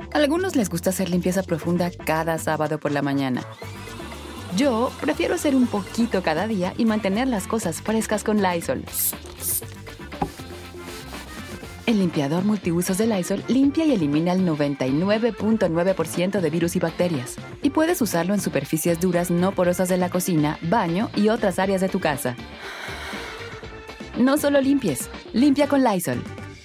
A algunos les gusta hacer limpieza profunda cada sábado por la mañana. Yo prefiero hacer un poquito cada día y mantener las cosas frescas con Lysol. El limpiador multiusos de Lysol limpia y elimina el 99.9% de virus y bacterias. Y puedes usarlo en superficies duras no porosas de la cocina, baño y otras áreas de tu casa. No solo limpies, limpia con Lysol.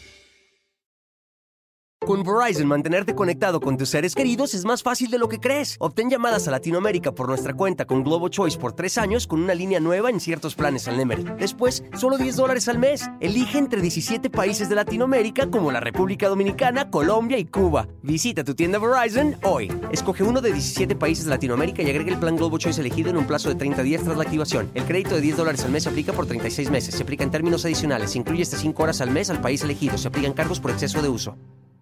Con Verizon, mantenerte conectado con tus seres queridos es más fácil de lo que crees. Obtén llamadas a Latinoamérica por nuestra cuenta con Globo Choice por 3 años con una línea nueva en ciertos planes al Nemery. Después, solo $10 al mes. Elige entre 17 países de Latinoamérica como la República Dominicana, Colombia y Cuba. Visita tu tienda Verizon hoy. Escoge uno de 17 países de Latinoamérica y agrega el plan Globo Choice elegido en un plazo de 30 días tras la activación. El crédito de $10 al mes se aplica por 36 meses. Se aplica en términos adicionales. Se incluye hasta 5 horas al mes al país elegido. Se aplican cargos por exceso de uso.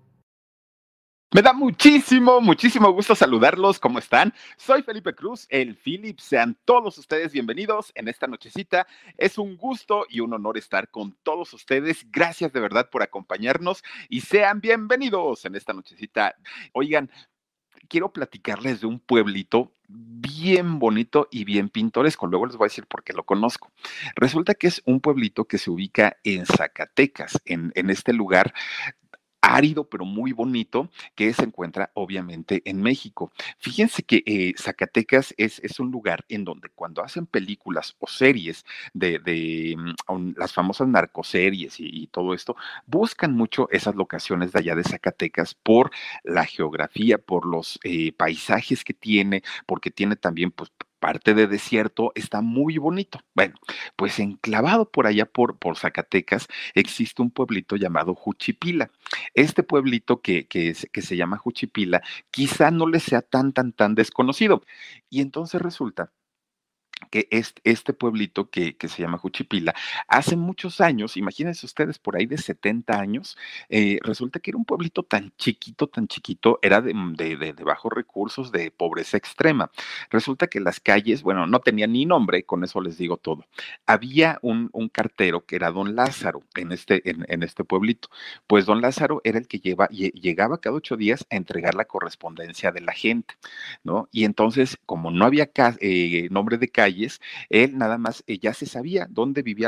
Me da muchísimo gusto saludarlos. ¿Cómo están? Soy Felipe Cruz, el Philip. Sean todos ustedes bienvenidos en esta nochecita. Es un gusto y un honor estar con todos ustedes. Gracias de verdad por acompañarnos y sean bienvenidos en esta nochecita. Oigan, quiero platicarles de un pueblito bien bonito y bien pintoresco. Luego les voy a decir por qué lo conozco. Resulta que es un pueblito que se ubica en Zacatecas, en este lugar árido, pero muy bonito, que se encuentra obviamente en México. Fíjense que Zacatecas es un lugar en donde cuando hacen películas o series de las famosas narcoseries y todo esto, buscan mucho esas locaciones de allá de Zacatecas por la geografía, por los paisajes que tiene, porque tiene también pues parte de desierto, está muy bonito. Bueno, pues enclavado por allá por Zacatecas existe un pueblito llamado Juchipila. Este pueblito que se llama Juchipila quizá no le sea tan desconocido. Y entonces resulta que este pueblito que se llama Juchipila, hace muchos años, imagínense ustedes, por ahí de 70 años, resulta que era un pueblito tan chiquito, era de bajos recursos, de pobreza extrema. Resulta que las calles, bueno, no tenían ni nombre, con eso les digo todo. Había un cartero que era don Lázaro en este pueblito. Pues don Lázaro era el que llegaba cada 8 días a entregar la correspondencia de la gente, ¿no? Y entonces, como no había nombre de calles, él nada más ya se sabía dónde vivía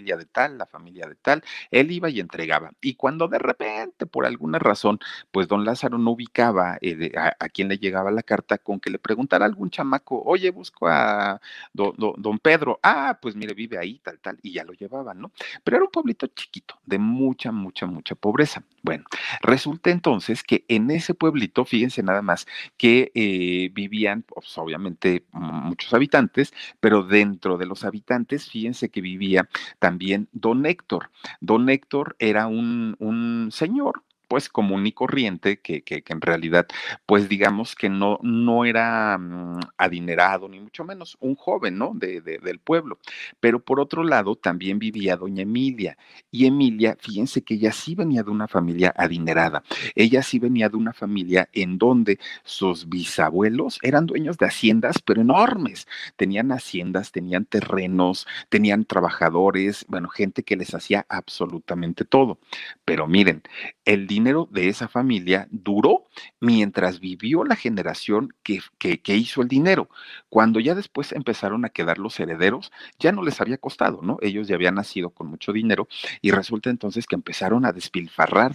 la familia de tal, él iba y entregaba. Y cuando de repente, por alguna razón, pues don Lázaro no ubicaba a quién le llegaba la carta, con que le preguntara a algún chamaco, oye, busco a don Pedro, pues mire, vive ahí, tal, y ya lo llevaban, ¿no? Pero era un pueblito chiquito, de mucha pobreza. Bueno, resulta entonces que en ese pueblito, fíjense nada más, que vivían, pues, obviamente, muchos habitantes, pero dentro de los habitantes, fíjense que vivía también don Héctor. Don Héctor era un señor pues común y corriente, que en realidad, pues digamos que no era adinerado, ni mucho menos, un joven, ¿no? Del pueblo. Pero por otro lado, también vivía doña Emilia. Y Emilia, fíjense que ella sí venía de una familia adinerada. Ella sí venía de una familia en donde sus bisabuelos eran dueños de haciendas, pero enormes. Tenían haciendas, tenían terrenos, tenían trabajadores, bueno, gente que les hacía absolutamente todo. Pero miren, el dinero de esa familia duró mientras vivió la generación que hizo el dinero. Cuando ya después empezaron a quedar los herederos, ya no les había costado, ¿no? Ellos ya habían nacido con mucho dinero y resulta entonces que empezaron a despilfarrar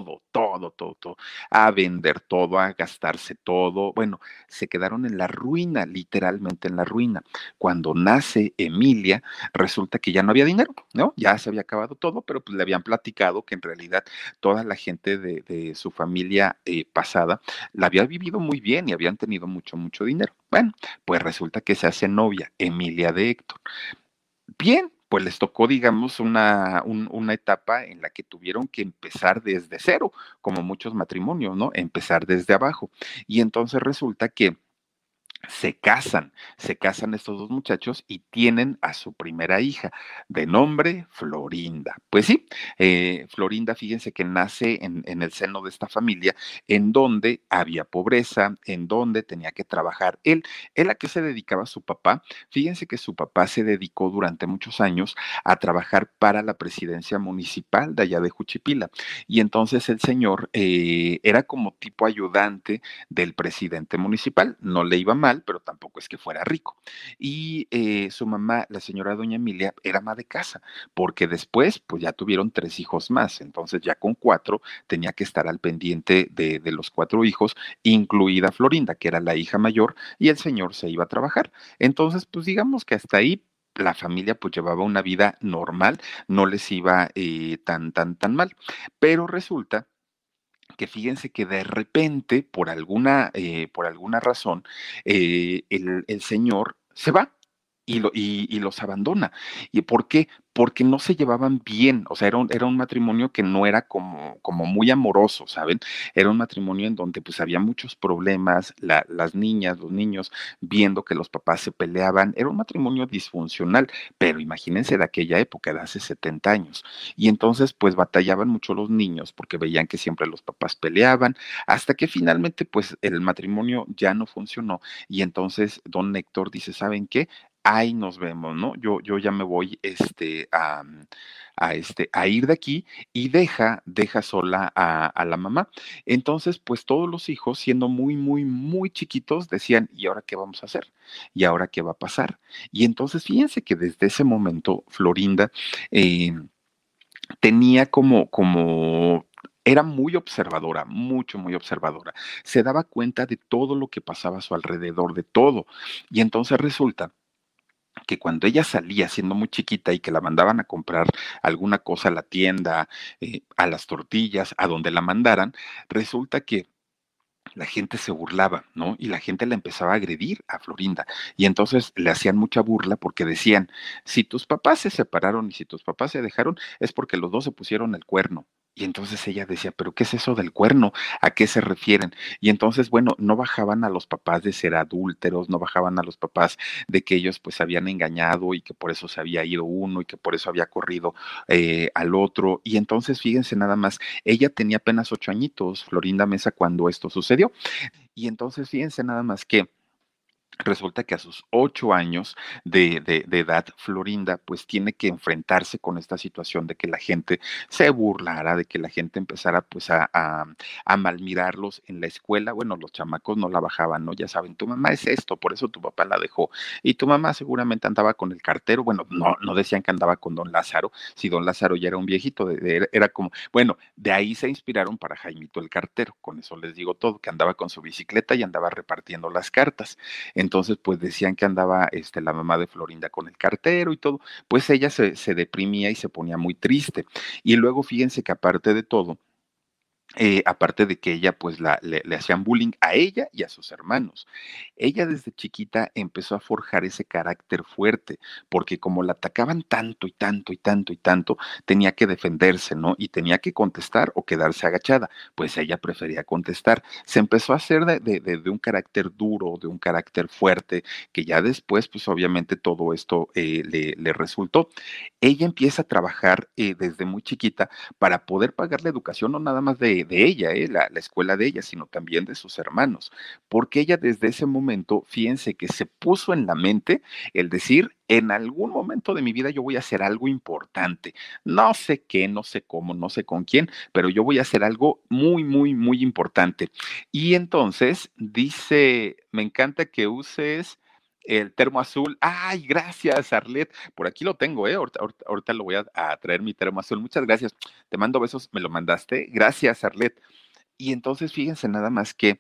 todo, a vender todo, a gastarse todo. Bueno, se quedaron en la ruina, literalmente en la ruina. Cuando nace Emilia, resulta que ya no había dinero, ¿no? Ya se había acabado todo, pero pues le habían platicado que en realidad toda la gente de su familia pasada la había vivido muy bien y habían tenido mucho dinero. Bueno, pues resulta que se hace novia Emilia de Héctor. Bien, pues les tocó, digamos, una etapa en la que tuvieron que empezar desde cero, como muchos matrimonios, ¿no? Empezar desde abajo. Y entonces resulta que se casan estos dos muchachos y tienen a su primera hija, de nombre Florinda. Pues sí, Florinda, fíjense que nace en el seno de esta familia, en donde había pobreza, en donde tenía que trabajar él. ¿Él a qué se dedicaba su papá? Fíjense que su papá se dedicó durante muchos años a trabajar para la presidencia municipal de allá de Juchipila. Y entonces el señor era como tipo ayudante del presidente municipal. No le iba mal, pero tampoco es que fuera rico. Y su mamá, la señora doña Emilia, era ama de casa, porque después, pues ya tuvieron tres hijos más. Entonces, ya con cuatro, tenía que estar al pendiente de los cuatro hijos, incluida Florinda, que era la hija mayor, y el señor se iba a trabajar. Entonces, pues digamos que hasta ahí la familia pues llevaba una vida normal, no les iba tan mal. Pero resulta que fíjense que de repente, por alguna razón, el señor se va y los abandona. ¿Y por qué? Porque no se llevaban bien, o sea, era un matrimonio que no era como muy amoroso, ¿saben? Era un matrimonio en donde pues había muchos problemas, las niñas, los niños, viendo que los papás se peleaban, era un matrimonio disfuncional, pero imagínense de aquella época, de hace 70 años. Y entonces pues batallaban mucho los niños porque veían que siempre los papás peleaban, hasta que finalmente pues el matrimonio ya no funcionó y entonces don Héctor dice, ¿saben qué? Ahí nos vemos, ¿no? Yo ya me voy a ir de aquí y deja sola a la mamá. Entonces, pues todos los hijos, siendo muy chiquitos, decían, ¿y ahora qué vamos a hacer? ¿Y ahora qué va a pasar? Y entonces, fíjense que desde ese momento, Florinda, eh, tenía era muy observadora, muy observadora. Se daba cuenta de todo lo que pasaba a su alrededor, de todo. Y entonces resulta que cuando ella salía siendo muy chiquita y que la mandaban a comprar alguna cosa a la tienda, a las tortillas, a donde la mandaran, resulta que la gente se burlaba, ¿no? Y la gente la empezaba a agredir a Florinda. Y entonces le hacían mucha burla porque decían, si tus papás se separaron y si tus papás se dejaron, es porque los dos se pusieron el cuerno. Y entonces ella decía, pero ¿qué es eso del cuerno? ¿A qué se refieren? Y entonces, bueno, no bajaban a los papás de ser adúlteros, no bajaban a los papás de que ellos pues habían engañado y que por eso se había ido uno y que por eso había corrido al otro. Y entonces, fíjense nada más, ella tenía apenas 8 añitos, Florinda Mesa, cuando esto sucedió. Y entonces, fíjense nada más que resulta que a sus 8 años de edad, Florinda pues tiene que enfrentarse con esta situación de que la gente se burlara, de que la gente empezara pues a malmirarlos en la escuela. Bueno, los chamacos no la bajaban, ¿no? Ya saben, tu mamá es esto, por eso tu papá la dejó. Y tu mamá seguramente andaba con el cartero. Bueno, no decían que andaba con don Lázaro, si don Lázaro ya era un viejito, era como, bueno, de ahí se inspiraron para Jaimito el cartero, con eso les digo todo, que andaba con su bicicleta y andaba repartiendo las cartas. Entonces, pues decían que andaba la mamá de Florinda con el cartero y todo, pues ella se deprimía y se ponía muy triste. Y luego fíjense que aparte de todo, aparte de que ella pues le hacían bullying a ella y a sus hermanos. Ella desde chiquita empezó a forjar ese carácter fuerte, porque como la atacaban tanto y tanto y tanto y tanto, tenía que defenderse, ¿no? Y tenía que contestar o quedarse agachada, pues ella prefería contestar. Se empezó a hacer de un carácter duro, de un carácter fuerte, que ya después pues obviamente todo esto le resultó. Ella empieza a trabajar desde muy chiquita para poder pagar la educación, no nada más de ella, la escuela de ella, sino también de sus hermanos, porque ella desde ese momento, fíjense que se puso en la mente el decir, en algún momento de mi vida yo voy a hacer algo importante, no sé qué, no sé cómo, no sé con quién, pero yo voy a hacer algo muy importante. Y entonces dice, me encanta que uses el termo azul. Ay, gracias, Arlet. Por aquí lo tengo, ¿eh? Ahorita lo voy a traer mi termo azul. Muchas gracias. Te mando besos, me lo mandaste. Gracias, Arlet. Y entonces fíjense nada más que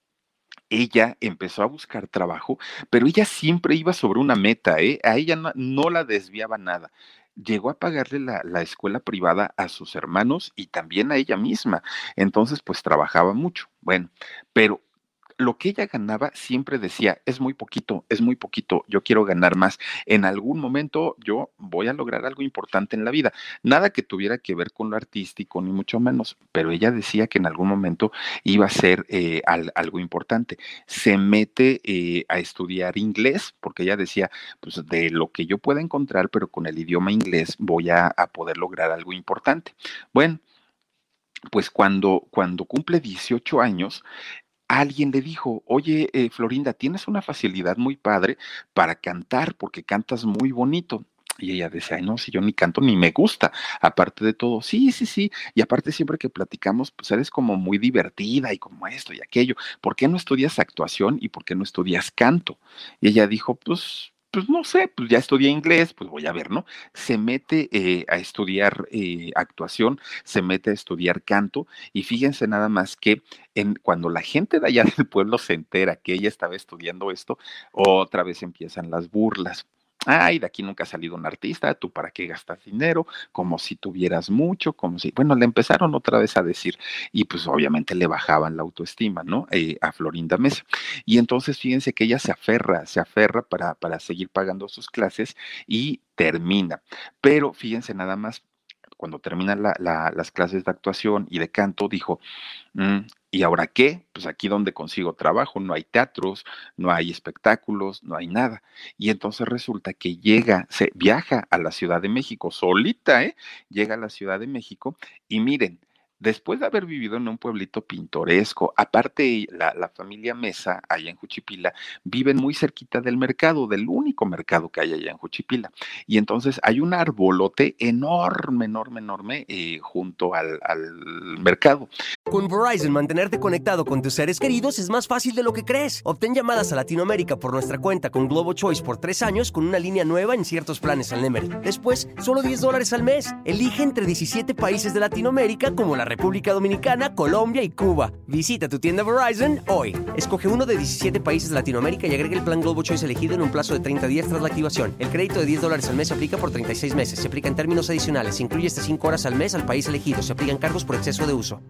ella empezó a buscar trabajo, pero ella siempre iba sobre una meta, ¿eh? A ella no la desviaba nada. Llegó a pagarle la escuela privada a sus hermanos y también a ella misma. Entonces, pues trabajaba mucho. Bueno, pero lo que ella ganaba siempre decía, es muy poquito, yo quiero ganar más. En algún momento yo voy a lograr algo importante en la vida. Nada que tuviera que ver con lo artístico, ni mucho menos, pero ella decía que en algún momento iba a ser algo importante. Se mete a estudiar inglés, porque ella decía, pues de lo que yo pueda encontrar, pero con el idioma inglés voy a poder lograr algo importante. Bueno, pues cuando cumple 18 años, alguien le dijo, oye, Florinda, tienes una facilidad muy padre para cantar, porque cantas muy bonito. Y ella decía, ay, no, si yo ni canto ni me gusta, aparte de todo, sí, sí, sí, y aparte siempre que platicamos, pues eres como muy divertida y como esto y aquello, ¿por qué no estudias actuación y por qué no estudias canto? Y ella dijo, pues no sé, pues ya estudié inglés, pues voy a ver, ¿no? Se mete a estudiar actuación, se mete a estudiar canto, y fíjense nada más que cuando la gente de allá del pueblo se entera que ella estaba estudiando esto, otra vez empiezan las burlas. Ay, de aquí nunca ha salido un artista, tú para qué gastas dinero, como si tuvieras mucho, como si, bueno, le empezaron otra vez a decir, y pues obviamente le bajaban la autoestima, ¿no? A Florinda Mesa. Y entonces fíjense que ella se aferra para seguir pagando sus clases y termina. Pero fíjense nada más, cuando terminan las clases de actuación y de canto, dijo, ¿y ahora qué? Pues aquí donde consigo trabajo, no hay teatros, no hay espectáculos, no hay nada. Y entonces resulta que se viaja a la Ciudad de México, solita, ¿eh? Llega a la Ciudad de México y miren, después de haber vivido en un pueblito pintoresco, aparte la familia Mesa, allá en Juchipila, viven muy cerquita del mercado, del único mercado que hay allá en Juchipila. Y entonces hay un arbolote enorme, enorme, enorme junto al mercado. Con Verizon, mantenerte conectado con tus seres queridos es más fácil de lo que crees. Obtén llamadas a Latinoamérica por nuestra cuenta con Globo Choice por 3 años con una línea nueva en ciertos planes al Nemery. Después, solo $10 al mes. Elige entre 17 países de Latinoamérica como la República Dominicana, Colombia y Cuba. Visita tu tienda Verizon hoy. Escoge uno de 17 países de Latinoamérica y agrega el plan Globo Choice elegido en un plazo de 30 días tras la activación. El crédito de $10 al mes se aplica por 36 meses. Se aplica en términos adicionales. Se incluye hasta 5 horas al mes al país elegido. Se aplican cargos por exceso de uso.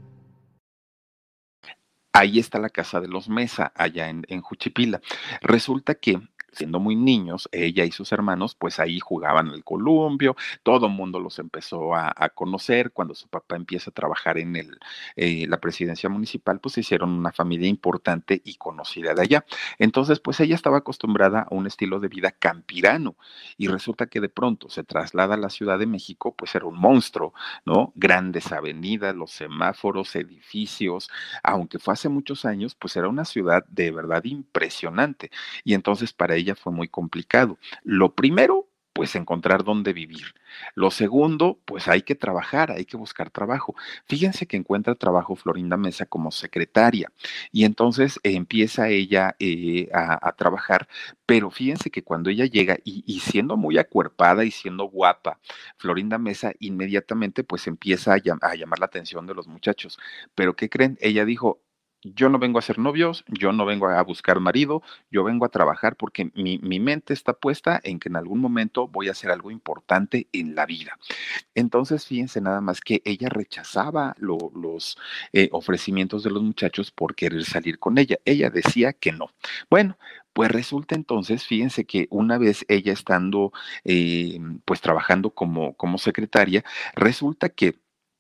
Ahí está la casa de los Mesa, allá en Juchipila. Resulta que, siendo muy niños, ella y sus hermanos, pues ahí jugaban al columpio, todo el mundo los empezó a conocer. Cuando su papá empieza a trabajar en la presidencia municipal, pues se hicieron una familia importante y conocida de allá. Entonces, pues ella estaba acostumbrada a un estilo de vida campirano, y resulta que de pronto se traslada a la Ciudad de México, pues era un monstruo, ¿no? Grandes avenidas, los semáforos, edificios, aunque fue hace muchos años, pues era una ciudad de verdad impresionante, y entonces para ella fue muy complicado. Lo primero, pues encontrar dónde vivir. Lo segundo, pues hay que trabajar, hay que buscar trabajo. Fíjense que encuentra trabajo Florinda Mesa como secretaria, y entonces empieza ella a trabajar, pero fíjense que cuando ella llega y siendo muy acuerpada y siendo guapa, Florinda Mesa inmediatamente pues empieza a llamar la atención de los muchachos. Pero ¿qué creen? Ella dijo, yo no vengo a hacer novios, yo no vengo a buscar marido, yo vengo a trabajar porque mi mente está puesta en que en algún momento voy a hacer algo importante en la vida. Entonces, fíjense nada más que ella rechazaba los ofrecimientos de los muchachos por querer salir con ella. Ella decía que no. Bueno, pues resulta entonces, fíjense que una vez ella estando pues trabajando como secretaria, resulta que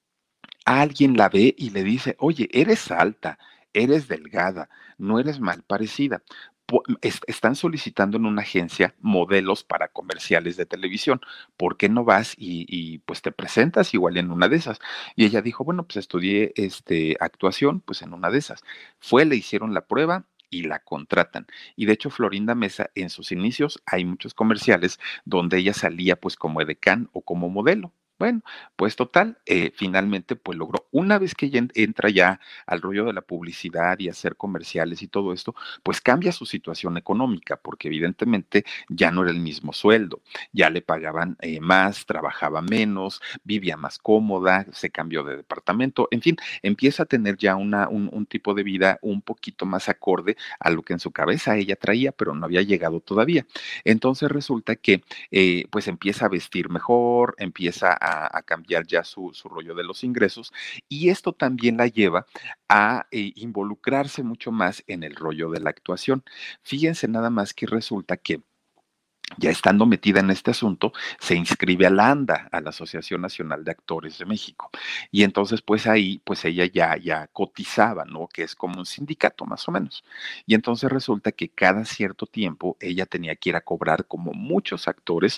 alguien la ve y le dice, oye, eres alta, eres delgada, no eres mal parecida. Están solicitando en una agencia modelos para comerciales de televisión. ¿Por qué no vas pues te presentas igual en una de esas? Y ella dijo, bueno, pues estudié actuación, pues en una de esas. Fue, le hicieron la prueba y la contratan. Y de hecho, Florinda Mesa, en sus inicios, hay muchos comerciales donde ella salía pues como edecán o como modelo. Bueno, pues total, finalmente pues logró. Una vez que ella entra ya al rollo de la publicidad y hacer comerciales y todo esto, pues cambia su situación económica, porque evidentemente ya no era el mismo sueldo, ya le pagaban más, trabajaba menos, vivía más cómoda, se cambió de departamento, en fin, empieza a tener ya un tipo de vida un poquito más acorde a lo que en su cabeza ella traía, pero no había llegado todavía. Entonces resulta que pues empieza a vestir mejor, empieza a cambiar ya su rollo de los ingresos y esto también la lleva a involucrarse mucho más en el rollo de la actuación. Fíjense nada más que resulta que ya estando metida en este asunto, se inscribe a la ANDA, a la Asociación Nacional de Actores de México. Y entonces, pues ahí, pues ella ya cotizaba, ¿no? Que es como un sindicato, más o menos. Y entonces resulta que cada cierto tiempo ella tenía que ir a cobrar, como muchos actores,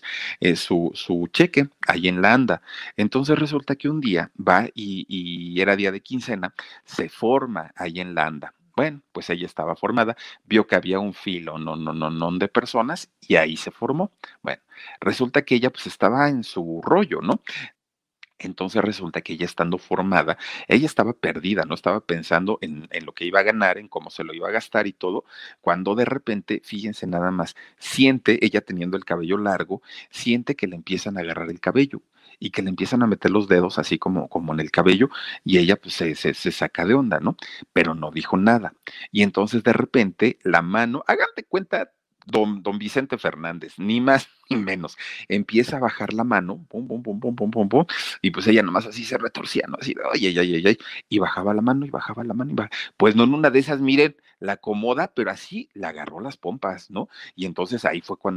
su cheque ahí en la ANDA. Entonces resulta que un día va y era día de quincena, se forma ahí en la ANDA. Bueno, pues ella estaba formada, vio que había un filo, no de personas y ahí se formó. Bueno, resulta que ella pues estaba en su rollo, ¿no? Entonces resulta que ella estando formada, ella estaba perdida, no estaba pensando en lo que iba a ganar, en cómo se lo iba a gastar y todo, cuando de repente, fíjense nada más, siente, ella teniendo el cabello largo, siente que le empiezan a agarrar el cabello y que le empiezan a meter los dedos así como en el cabello y ella pues se saca de onda, ¿no? Pero no dijo nada. Y entonces de repente la mano, hagan de cuenta, don Vicente Fernández, ni más ni menos, empieza a bajar la mano, pum, pum, pum, pum, pum, pum, pum, y pues ella nomás así se retorcía, ¿no? Así de, ay, ay, ay, ay, ay, y bajaba la mano, y bajaba la mano, pues no en una de esas, miren, la acomoda, pero así le agarró las pompas, ¿no? Y entonces ahí fue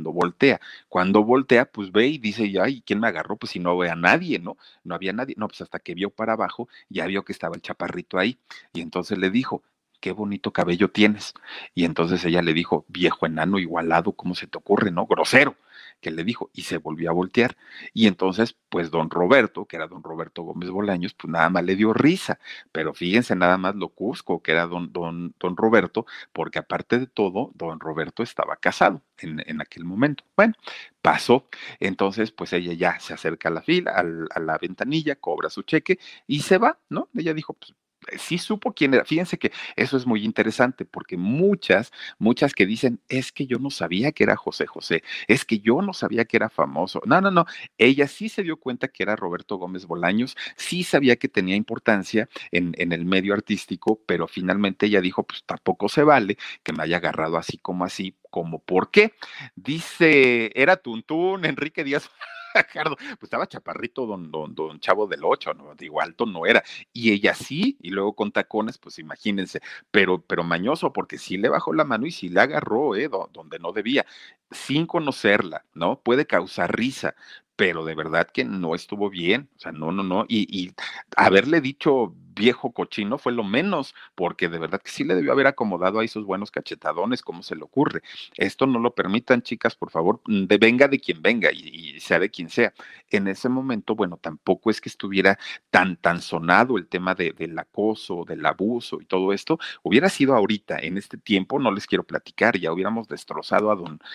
cuando voltea, pues ve y dice, ay, ¿quién me agarró? Pues si no ve a nadie, ¿no? No había nadie, no, pues hasta que vio para abajo, ya vio que estaba el chaparrito ahí, y entonces le dijo, qué bonito cabello tienes. Y entonces ella le dijo, viejo enano igualado, ¿cómo se te ocurre, no? Grosero, que le dijo, y se volvió a voltear. Y entonces, pues don Roberto, que era don Roberto Gómez Bolaños, pues nada más le dio risa. Pero fíjense nada más lo cusco que era don Roberto, porque aparte de todo, don Roberto estaba casado en aquel momento. Bueno, pasó. Entonces, pues ella ya se acerca a la fila, a la ventanilla, cobra su cheque y se va, ¿no? Ella dijo, pues sí supo quién era. Fíjense que eso es muy interesante porque muchas que dicen, es que yo no sabía que era José José, es que yo no sabía que era famoso. No, no, no. Ella sí se dio cuenta que era Roberto Gómez Bolaños, sí sabía que tenía importancia en el medio artístico, pero finalmente ella dijo, pues tampoco se vale que me haya agarrado así, como ¿por qué? Dice, era Tuntún, Enrique Díaz. Fajardo, pues estaba chaparrito don Chavo del Ocho, ¿no? Digo, alto no era. Y ella sí, y luego con tacones, pues imagínense, pero mañoso, porque sí le bajó la mano y sí le agarró, donde no debía, sin conocerla, ¿no? Puede causar risa, pero de verdad que no estuvo bien, o sea, no, y haberle dicho viejo cochino fue lo menos, porque de verdad que sí le debió haber acomodado ahí sus buenos cachetadones, como se le ocurre. Esto no lo permitan, chicas, por favor, venga de quien venga y sea de quien sea. En ese momento, bueno, tampoco es que estuviera tan sonado el tema del acoso, del abuso y todo esto. Hubiera sido ahorita, en este tiempo, no les quiero platicar, ya hubiéramos destrozado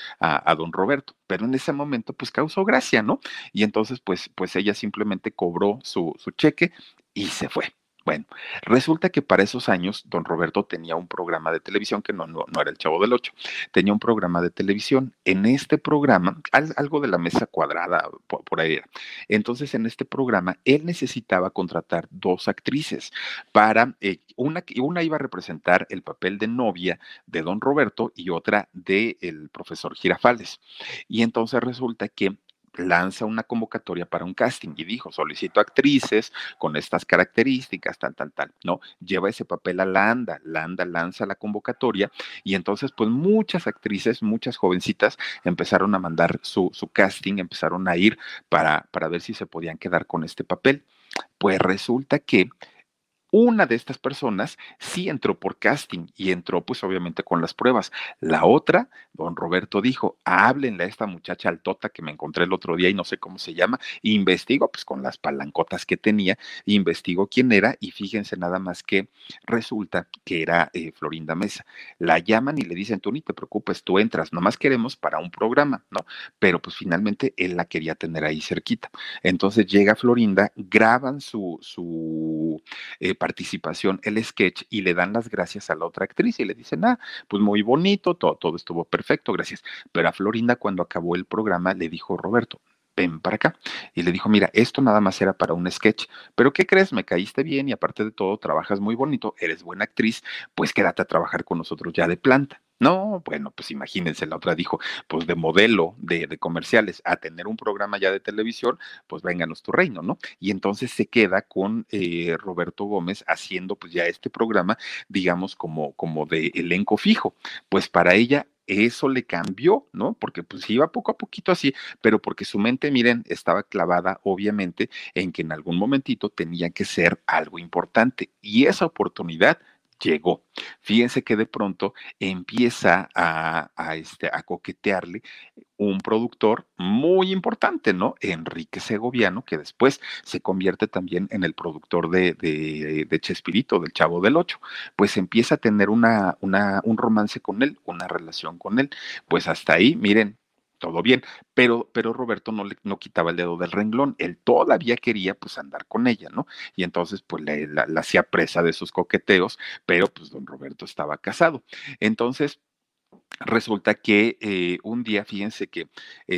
a don Roberto, pero en ese momento, pues causó gracia, ¿no? Y entonces, pues ella simplemente cobró su cheque y se fue. Bueno, resulta que para esos años don Roberto tenía un programa de televisión que no era el Chavo del Ocho, tenía un programa de televisión. En este programa, algo de la mesa cuadrada, por ahí era. Entonces, en este programa, él necesitaba contratar dos actrices para, una iba a representar el papel de novia de don Roberto y otra de el profesor Girafales. Y entonces resulta que lanza una convocatoria para un casting y dijo, solicito actrices con estas características, tal, ¿no? Lleva ese papel a la ANDA lanza la convocatoria y entonces pues muchas actrices, muchas jovencitas empezaron a mandar su casting, empezaron a ir para ver si se podían quedar con este papel. Pues resulta que una de estas personas sí entró por casting y entró pues obviamente con las pruebas. La otra, don Roberto dijo, háblenle a esta muchacha altota que me encontré el otro día y no sé cómo se llama. Investigo pues con las palancotas que tenía, investigo quién era y fíjense nada más que resulta que era Florinda Mesa. La llaman y le dicen, tú ni te preocupes, tú entras, nomás queremos para un programa, ¿no? Pero pues finalmente él la quería tener ahí cerquita. Entonces llega Florinda, graban su participación, el sketch, y le dan las gracias a la otra actriz y le dicen, pues muy bonito, todo estuvo perfecto, gracias. Pero a Florinda cuando acabó el programa le dijo Roberto, ven para acá. Y le dijo, mira, esto nada más era para un sketch, pero ¿qué crees? Me caíste bien y aparte de todo, trabajas muy bonito, eres buena actriz, pues quédate a trabajar con nosotros ya de planta. No, bueno, pues imagínense, la otra dijo, pues de modelo de comerciales a tener un programa ya de televisión, pues vénganos tu reino, ¿no? Y entonces se queda con Roberto Gómez haciendo pues ya este programa, digamos, como de elenco fijo. Pues para ella eso le cambió, ¿no? Porque pues iba poco a poquito así, pero porque su mente, miren, estaba clavada obviamente en que en algún momentito tenía que ser algo importante y esa oportunidad llegó. Fíjense que de pronto empieza a coquetearle un productor muy importante, ¿no? Enrique Segoviano, que después se convierte también en el productor de Chespirito, del Chavo del Ocho. Pues empieza a tener un romance con él, una relación con él. Pues hasta ahí, miren, todo bien, pero Roberto no quitaba el dedo del renglón, él todavía quería pues andar con ella, ¿no? Y entonces pues la hacía presa de sus coqueteos, pero pues don Roberto estaba casado. Entonces, resulta que un día, fíjense que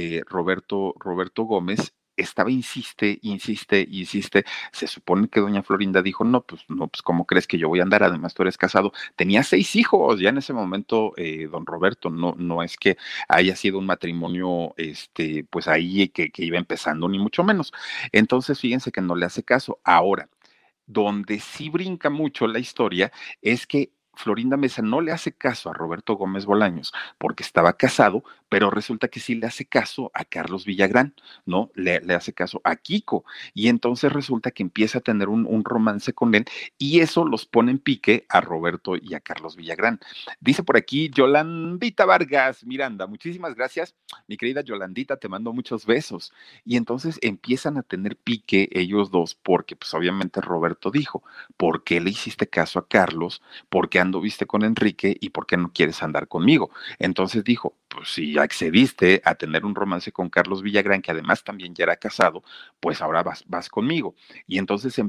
Roberto Gómez estaba insiste. Se supone que doña Florinda dijo, no, pues, ¿cómo crees que yo voy a andar? Además, tú eres casado. Tenía 6 hijos ya en ese momento, don Roberto. No es que haya sido un matrimonio, pues ahí que iba empezando, ni mucho menos. Entonces, fíjense que no le hace caso. Ahora, donde sí brinca mucho la historia es que Florinda Mesa no le hace caso a Roberto Gómez Bolaños porque estaba casado, pero resulta que sí le hace caso a Carlos Villagrán, ¿no? Le hace caso a Kiko. Y entonces resulta que empieza a tener un romance con él y eso los pone en pique a Roberto y a Carlos Villagrán. Dice por aquí Yolandita Vargas Miranda, muchísimas gracias, mi querida Yolandita, te mando muchos besos. Y entonces empiezan a tener pique ellos dos porque pues obviamente Roberto dijo, ¿por qué le hiciste caso a Carlos? ¿Por qué anduviste con Enrique? ¿Y por qué no quieres andar conmigo? Entonces dijo, pues si accediste a tener un romance con Carlos Villagrán, que además también ya era casado, pues ahora vas conmigo. Y entonces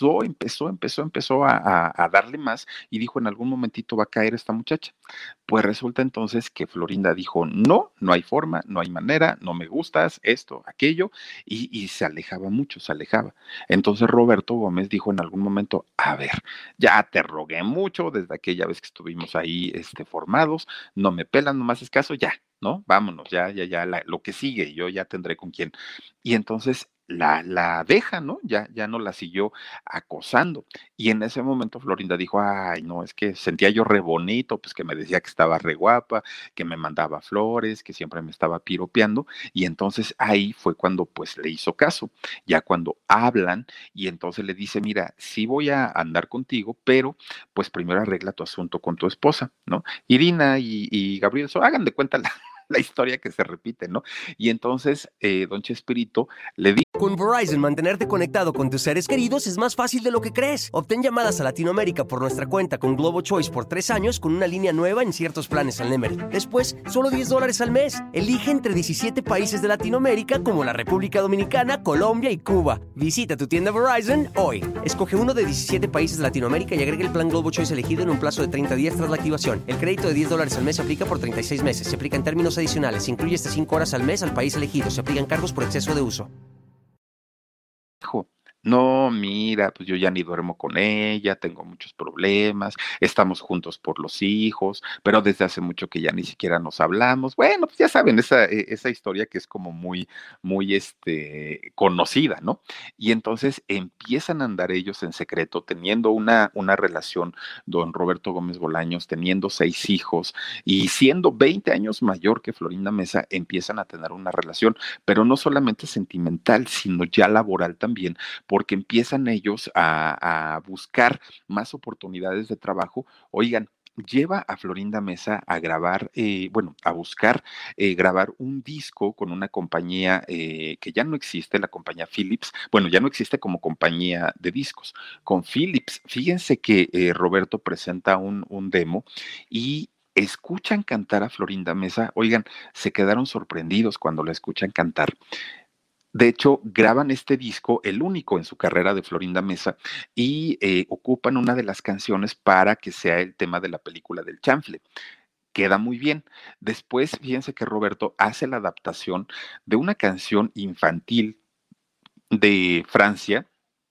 empezó a darle más y dijo, en algún momentito va a caer esta muchacha. Pues resulta entonces que Florinda dijo, no hay forma, no hay manera, no me gustas, esto, aquello, y se alejaba mucho, se alejaba. Entonces Roberto Gómez dijo en algún momento, a ver, ya te rogué mucho desde aquella vez que estuvimos ahí formados, no me pelan, no me haces caso, ya, ¿no? Vámonos, ya, lo que sigue, yo ya tendré con quién. Y entonces la deja, ¿no? Ya no la siguió acosando. Y en ese momento Florinda dijo, ay, no, es que sentía yo re bonito, pues que me decía que estaba re guapa, que me mandaba flores, que siempre me estaba piropeando. Y entonces ahí fue cuando pues le hizo caso. Ya cuando hablan y entonces le dice, mira, sí voy a andar contigo, pero pues primero arregla tu asunto con tu esposa, ¿no? Irina y Gabriel, hagan de cuenta la historia que se repite, ¿no? Y entonces don Chespirito le dice, Con Verizon, mantenerte conectado con tus seres queridos es más fácil de lo que crees. Obtén llamadas a Latinoamérica por nuestra cuenta con Globo Choice por 3 años con una línea nueva en ciertos planes al Nemery. Después, solo $10 al mes. Elige entre 17 países de Latinoamérica como la República Dominicana, Colombia y Cuba. Visita tu tienda Verizon hoy. Escoge uno de 17 países de Latinoamérica y agrega el plan Globo Choice elegido en un plazo de 30 días tras la activación. El crédito de $10 al mes se aplica por 36 meses. Se aplica en términos adicionales. Se incluye hasta 5 horas al mes al país elegido. Se aplican cargos por exceso de uso. dijo, no, mira, pues yo ya ni duermo con ella, tengo muchos problemas, estamos juntos por los hijos, pero desde hace mucho que ya ni siquiera nos hablamos. Bueno, pues ya saben, esa historia que es como muy, conocida, ¿no? Y entonces empiezan a andar ellos en secreto, teniendo una relación, don Roberto Gómez Bolaños, teniendo 6 hijos y siendo 20 años mayor que Florinda Mesa, empiezan a tener una relación, pero no solamente sentimental, sino ya laboral también porque empiezan ellos a buscar más oportunidades de trabajo. Oigan, lleva a Florinda Mesa a grabar, bueno, a buscar grabar un disco con una compañía que ya no existe, la compañía Philips, bueno, ya no existe como compañía de discos, con Philips. Fíjense que Roberto presenta un demo y escuchan cantar a Florinda Mesa, oigan, se quedaron sorprendidos cuando la escuchan cantar. De hecho, graban este disco, el único en su carrera de Florinda Mesa, y ocupan una de las canciones para que sea el tema de la película del Chanfle. Queda muy bien. Después, fíjense que Roberto hace la adaptación de una canción infantil de Francia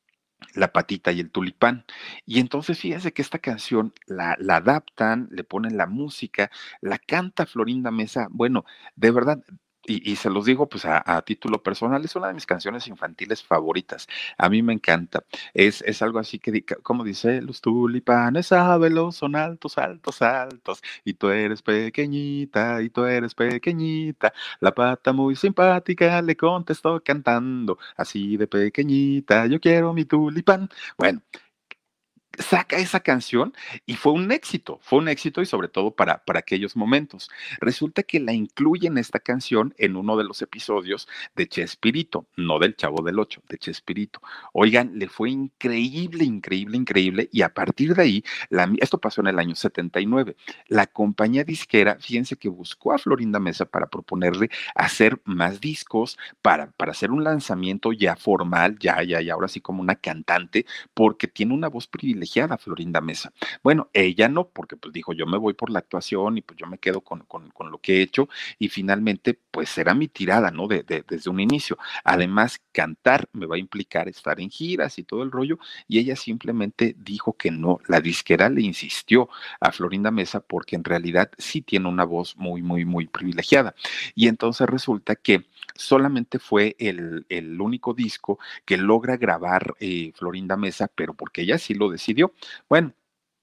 La patita y el tulipán. Y entonces fíjense que esta canción la adaptan, le ponen la música, la canta Florinda Mesa. Bueno, de verdad, y se los digo pues a título personal, es una de mis canciones infantiles favoritas. A mí me encanta. Es algo así que, como dice, los tulipanes, sábelo, son altos, altos, altos. Y tú eres pequeñita, y tú eres pequeñita. La pata muy simpática le contestó cantando, así de pequeñita, yo quiero mi tulipán. Bueno, saca esa canción y fue un éxito y sobre todo para aquellos momentos. Resulta que la incluye en esta canción en uno de los episodios de Chespirito, no del Chavo del Ocho, de Chespirito. Oigan, le fue increíble, increíble, increíble y a partir de ahí, esto pasó en el año 79, la compañía disquera, fíjense que buscó a Florinda Mesa para proponerle hacer más discos, para hacer un lanzamiento ya formal, ya, ahora sí como una cantante, porque tiene una voz privilegiada Florinda Mesa. Bueno, ella no, porque pues dijo, yo me voy por la actuación y pues yo me quedo con lo que he hecho y finalmente pues será mi tirada, ¿no? Desde un inicio. Además, cantar me va a implicar estar en giras y todo el rollo y ella simplemente dijo que no. La disquera le insistió a Florinda Mesa porque en realidad sí tiene una voz muy, muy, muy privilegiada. Y entonces resulta que solamente fue el único disco que logra grabar Florinda Mesa, pero porque ella sí lo decidió. Bueno,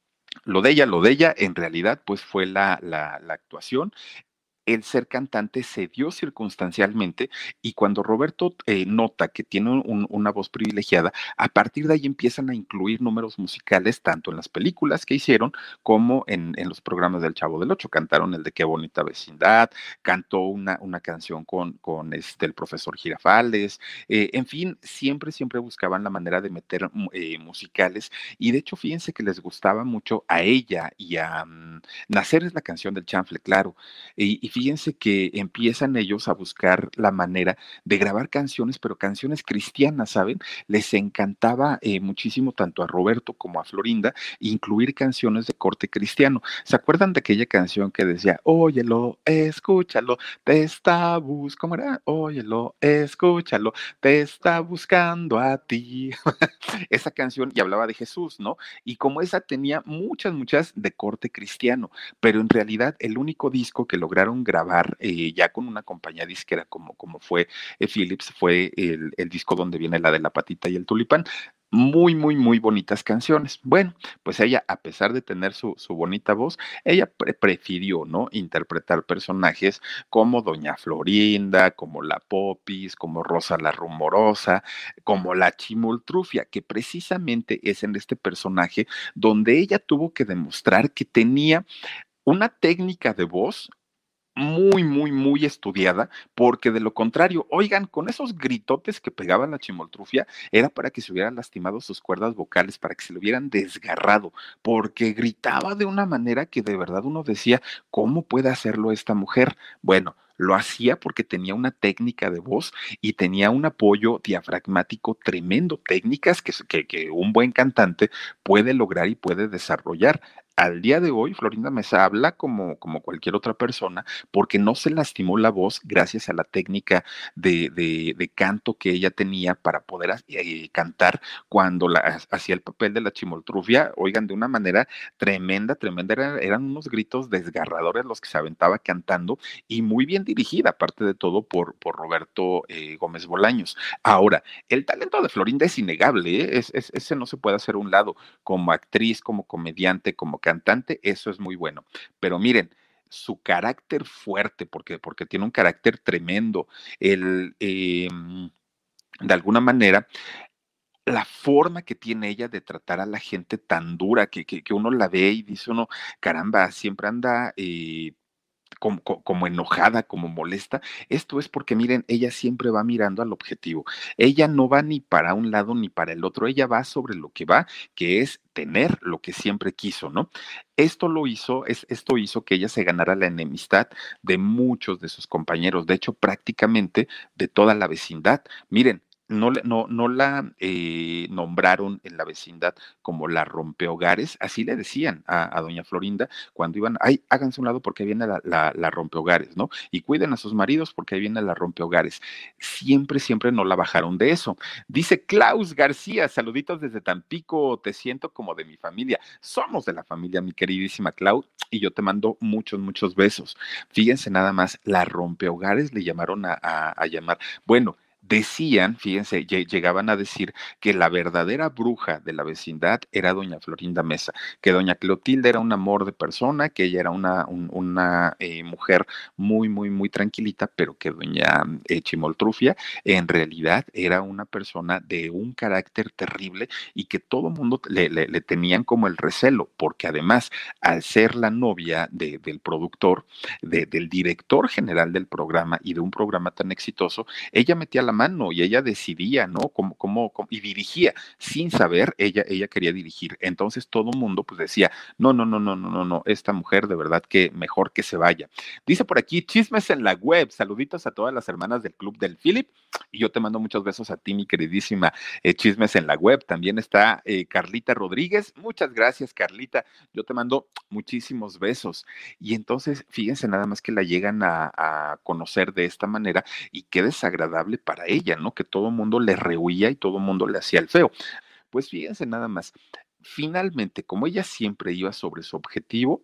lo de ella, en realidad, pues fue la actuación. El ser cantante se dio circunstancialmente y cuando Roberto nota que tiene una voz privilegiada, a partir de ahí empiezan a incluir números musicales tanto en las películas que hicieron como en los programas del Chavo del Ocho. Cantaron el de Qué bonita vecindad, cantó una canción con el profesor Girafales, en fin, siempre, siempre buscaban la manera de meter musicales y de hecho fíjense que les gustaba mucho a ella y a Nacer es la canción del chanfle, claro, y fíjense que empiezan ellos a buscar la manera de grabar canciones, pero canciones cristianas, ¿saben? Les encantaba muchísimo tanto a Roberto como a Florinda incluir canciones de corte cristiano. ¿Se acuerdan de aquella canción que decía, óyelo, escúchalo, te está ¿cómo era? Óyelo, escúchalo, te está buscando a ti. Esa canción y hablaba de Jesús, ¿no? Y como esa tenía muchas, muchas de corte cristiano, pero en realidad el único disco que lograron grabar ya con una compañía disquera como fue Philips fue el disco donde viene la de la patita y el tulipán. Muy, muy, muy bonitas canciones. Bueno, pues ella, a pesar de tener su bonita voz, ella prefirió, ¿no? Interpretar personajes como Doña Florinda, como la Popis, como Rosa la Rumorosa, como la Chimoltrufia, que precisamente es en este personaje donde ella tuvo que demostrar que tenía una técnica de voz muy, muy, muy estudiada, porque de lo contrario, oigan, con esos gritotes que pegaba la Chimoltrufia, era para que se hubieran lastimado sus cuerdas vocales, para que se le hubieran desgarrado, porque gritaba de una manera que de verdad uno decía, ¿cómo puede hacerlo esta mujer? Bueno, lo hacía porque tenía una técnica de voz y tenía un apoyo diafragmático tremendo, técnicas que un buen cantante puede lograr y puede desarrollar. Al día de hoy, Florinda Mesa habla como cualquier otra persona porque no se lastimó la voz gracias a la técnica de canto que ella tenía para poder cantar cuando hacía el papel de la Chimoltrufia, oigan, de una manera tremenda, tremenda, eran unos gritos desgarradores los que se aventaba cantando y muy bien dirigida, aparte de todo, por Roberto Gómez Bolaños. Ahora, el talento de Florinda es innegable, ¿eh? Ese no se puede hacer a un lado, como actriz, como comediante, como cantante, eso es muy bueno. Pero miren, su carácter fuerte, porque tiene un carácter tremendo, el, de alguna manera, la forma que tiene ella de tratar a la gente tan dura que uno la ve y dice uno, caramba, siempre anda como enojada, como molesta. Esto es porque, miren, ella siempre va mirando al objetivo. Ella no va ni para un lado ni para el otro. Ella va sobre lo que va, que es tener lo que siempre quiso, ¿no? Esto hizo que ella se ganara la enemistad de muchos de sus compañeros, de hecho, prácticamente de toda la vecindad. Miren, no la nombraron en la vecindad como la rompehogares, así le decían a doña Florinda cuando iban, ay, háganse un lado porque ahí viene la rompehogares, ¿no? Y cuiden a sus maridos porque ahí viene la rompehogares. Siempre, siempre no la bajaron de eso. Dice Klaus García, saluditos desde Tampico, te siento como de mi familia. Somos de la familia, mi queridísima Klaus, y yo te mando muchos, muchos besos. Fíjense nada más, la rompehogares le llamaron a llamar. Bueno, decían, fíjense, llegaban a decir que la verdadera bruja de la vecindad era doña Florinda Mesa, que doña Clotilde era un amor de persona, que ella era una mujer muy, muy, muy tranquilita, pero que doña Chimoltrufia en realidad era una persona de un carácter terrible y que todo mundo le tenían como el recelo, porque además, al ser la novia del productor, del director general del programa y de un programa tan exitoso, ella metía la mano y ella decidía, ¿no? Y dirigía, sin saber, ella quería dirigir. Entonces todo el mundo pues decía, no, no, no, no, no, no, no, esta mujer de verdad que mejor que se vaya. Dice por aquí, chismes en la web, saluditos a todas las hermanas del Club del Philip, y yo te mando muchos besos a ti, mi queridísima Chismes en la web. También está Carlita Rodríguez, muchas gracias, Carlita, yo te mando muchísimos besos. Y entonces, fíjense nada más que la llegan a conocer de esta manera y qué desagradable para ella, ¿no? Que todo el mundo le rehuía y todo el mundo le hacía el feo. Pues fíjense nada más, finalmente, como ella siempre iba sobre su objetivo,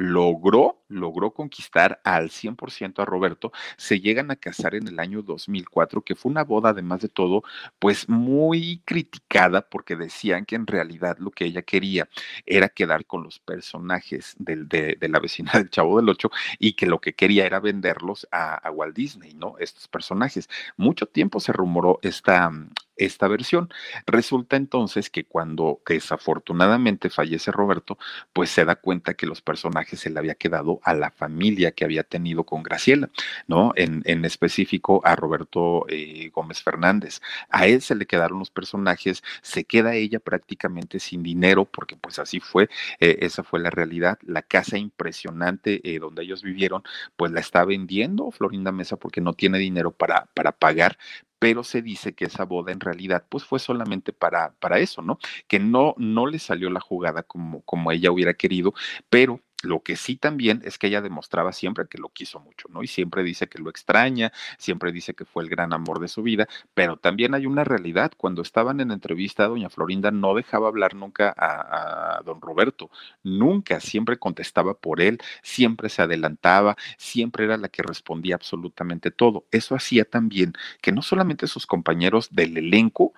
logró conquistar al 100% a Roberto, se llegan a casar en el año 2004, que fue una boda, además de todo, pues muy criticada, porque decían que en realidad lo que ella quería era quedar con los personajes de la vecina del Chavo del Ocho, y que lo que quería era venderlos a Walt Disney, ¿no? Estos personajes. Mucho tiempo se rumoró esta versión. Resulta entonces que cuando desafortunadamente fallece Roberto, pues se da cuenta que los personajes se le había quedado a la familia que había tenido con Graciela, ¿no? En específico a Roberto Gómez Fernández. A él se le quedaron los personajes, se queda ella prácticamente sin dinero, porque pues así fue, esa fue la realidad. La casa impresionante donde ellos vivieron, pues la está vendiendo Florinda Mesa porque no tiene dinero para pagar, pero se dice que esa boda en realidad pues fue solamente para eso, ¿no? Que no le salió la jugada como ella hubiera querido, pero lo que sí también es que ella demostraba siempre que lo quiso mucho, ¿no? Y siempre dice que lo extraña, siempre dice que fue el gran amor de su vida, pero también hay una realidad. Cuando estaban en entrevista, doña Florinda no dejaba hablar nunca a don Roberto, nunca, siempre contestaba por él, siempre se adelantaba, siempre era la que respondía absolutamente todo. Eso hacía también que no solamente sus compañeros del elenco